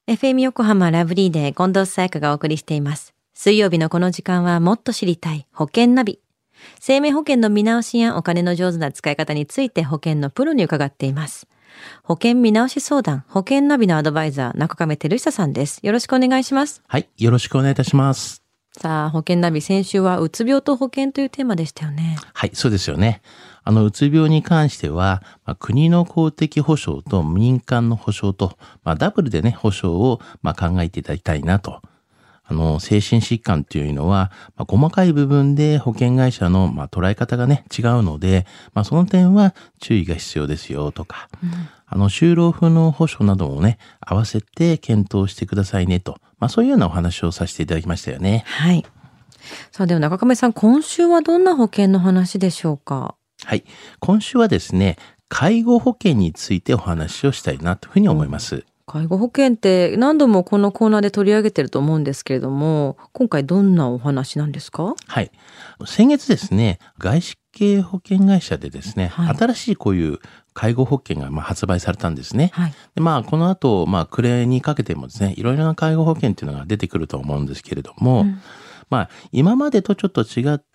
FM 横浜ラブリーで近藤沙耶香がお送りしています。水曜日のこの時間はもっと知りたい保険ナビ。生命保険の見直しやお金の上手な使い方について保険のプロに伺っています。保険見直し相談、保険ナビのアドバイザー、中亀照久さんです。よろしくお願いします。 はい、よろしくお願いいたします。 さあ、保険ナビ、先週はうつ病と保険というテーマでしたよね。 はい、そうですよね。うつ病に関しては、国の公的保障と民間の保障と、ダブルでね、保障を考えていただきたいなと。精神疾患というのは、細かい部分で保険会社の、捉え方がね、違うので、その点は注意が必要ですよとか、就労不能保障などもね、合わせて検討してくださいねと、そういうようなお話をさせていただきましたよね。 はい。さあ、では中亀さん、今週はどんな保険の話でしょうか？ はい。今週はですね、介護保険についてお話をしたいなというふうに思います。 介護保険って何度もこのコーナーで取り上げてると思うんですけれども、今回どんなお話なんですか？ はい。先月ですね、外資系保険会社でですね、 はい、 新しいこういう介護保険が発売されたんですね。 はい、 でこの後、暮れにかけてもですね、いろいろな介護保険っていうのが出てくると思うんですけれども、今までとちょっと違って、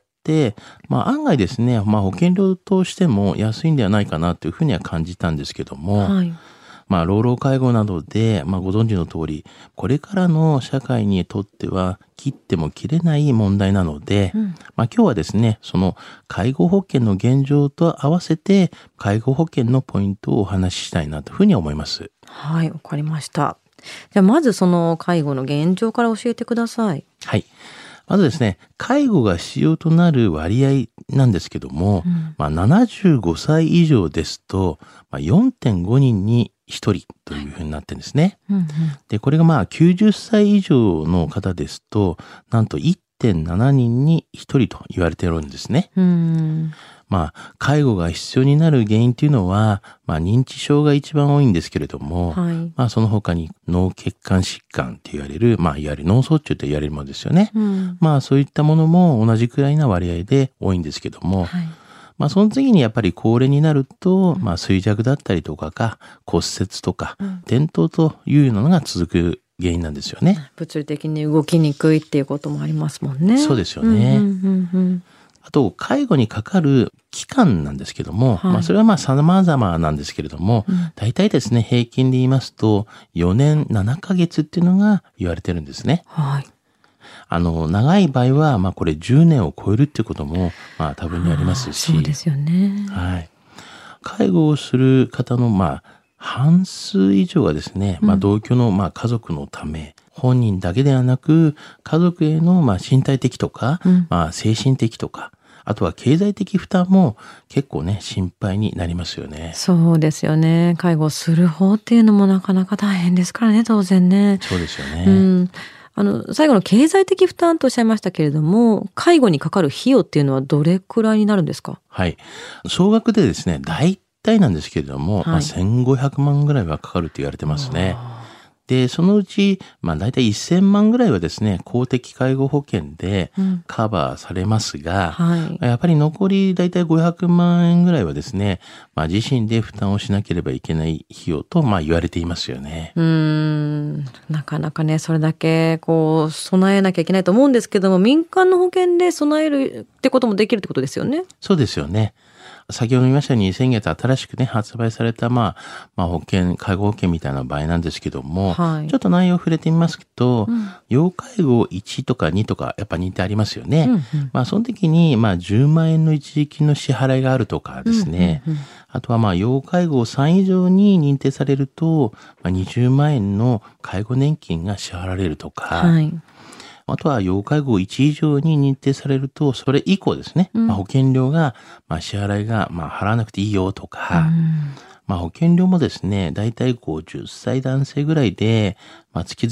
案外ですね、保険料としても安いんではないかなというふうには感じたんですけども、 はい、 老老介護などで、ご存知の通り、これからの社会にとっては切っても切れない問題なので、今日はですね、その介護保険の現状と合わせて、介護保険のポイントをお話ししたいなというふうに思います。 はい、わかりました。じゃあまずその介護の現状から教えてください。 はい。まずですね、介護が必要となる割合なんですけども、75歳以上ですと、4.5 人に1人というふうになってるんですね。で、これが90歳以上の方ですと、なんと 1.7 人に1人と言われているんですね。介護が必要になる原因というのは、認知症が一番多いんですけれども、 はい、 その他に脳血管疾患と言われる、いわゆる脳卒中と言われるものですよね。そういったものも同じくらいな割合で多いんですけども、その次にやっぱり高齢になると、衰弱だったりとか骨折とか、転倒というのが続く原因なんですよね。 物理的に動きにくいっていうこともありますもんね。 そうですよね。あと、介護にかかる期間なんですけども、それは様々なんですけれども、大体ですね、平均で言いますと、4年7ヶ月っていうのが言われてるんですね。 はい。 長い場合は、これ10年を超えるっていうことも、多分にありますし。 そうですよね。 はい。介護をする方の、半数以上がですね、同居の、家族のため、本人だけではなく、家族への、身体的とか、精神的とか、あとは経済的負担も結構ね、心配になりますよね。 そうですよね。介護する方っていうのもなかなか大変ですからね、当然ね。 そうですよね。 最後の経済的負担とおっしゃいましたけれども、介護にかかる費用っていうのはどれくらいになるんですか？ はい。総額でですね、大体なんですけれども、1500万ぐらいはかかると言われてますね。で、そのうち、大体1000万ぐらいはですね、公的介護保険でカバーされますが、やっぱり残り大体500万円ぐらいはですね、自身で負担をしなければいけない費用と、言われていますよね。 なかなかね、それだけ備えなきゃいけないと思うんですけども、民間の保険で備えるってこともできるってことですよね。 そうですよね。先ほど言いましたように、先月新しくね、発売された、保険、介護保険みたいな場合なんですけども、ちょっと内容を触れてみますと、要介護1とか2とか、やっぱ認定ありますよね。その時に、10万円の一時金の支払いがあるとかですね、あとは要介護3以上に認定されると、20万円の介護年金が支払われるとか、あとは要介護1以上に認定されると、それ以降ですね、保険料が、支払いが、払わなくていいよとか、保険料もですね、だいたい50歳男性ぐらいで、月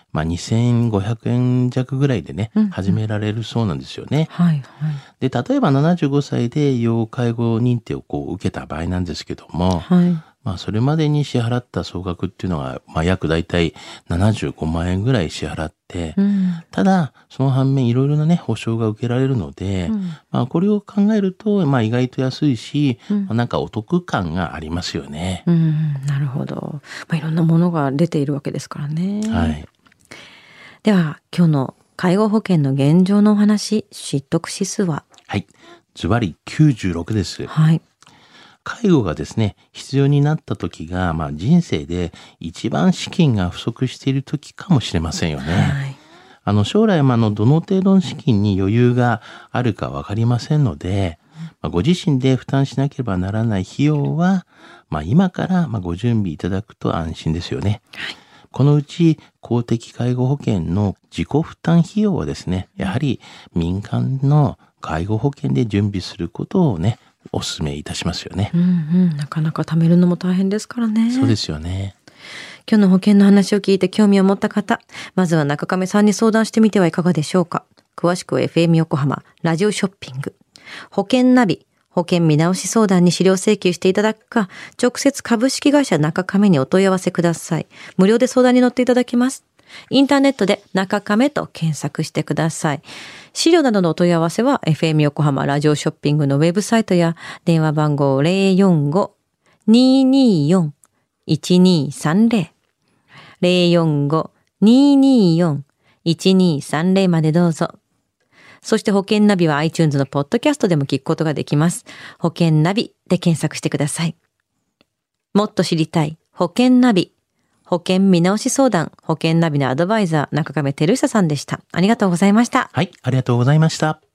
々、2500円弱ぐらいでね、始められるそうなんですよね。で、例えば75歳で要介護認定を受けた場合なんですけども、 それまでに支払った総額っていうのが、約だいたい75万円ぐらい支払って、ただ、その反面いろいろなね、保証が受けられるので、これを考えると、意外と安いし、なんかお得感がありますよね。 なるほど。いろんなものが出ているわけですからね。 はい。 では、今日の介護保険の現状のお話、知得指数は？ はい。ズバリ96です。 はい。 介護がですね、必要になった時が、人生で一番資金が不足している時かもしれませんよね。はい、将来、どの程度の資金に余裕があるかわかりませんので、ご自身で負担しなければならない費用は、今からご準備いただくと安心ですよね。はい、このうち公的介護保険の自己負担費用はですね、やはり民間の介護保険で準備することをね、お勧めいたしますよね。 なかなか貯めるのも大変ですからね。 そうですよね。 今日の保険の話を聞いて興味を持った方、まずは中亀さんに相談してみてはいかがでしょうか。詳しくは FM 横浜ラジオショッピング保険ナビ保険見直し相談に資料請求していただくか、直接株式会社中亀にお問い合わせください。無料で相談に乗っていただきます。インターネットで中亀と検索してください。資料などのお問い合わせは FM 横浜ラジオショッピングのウェブサイトや電話番号 045-224-1230 045-224-1230 までどうぞ。そして保険ナビは iTunes のポッドキャストでも聞くことができます。保険ナビで検索してください。もっと知りたい保険ナビ。保険見直し相談、保険ナビのアドバイザー、中亀照久さんでした。ありがとうございました。 はい、ありがとうございました。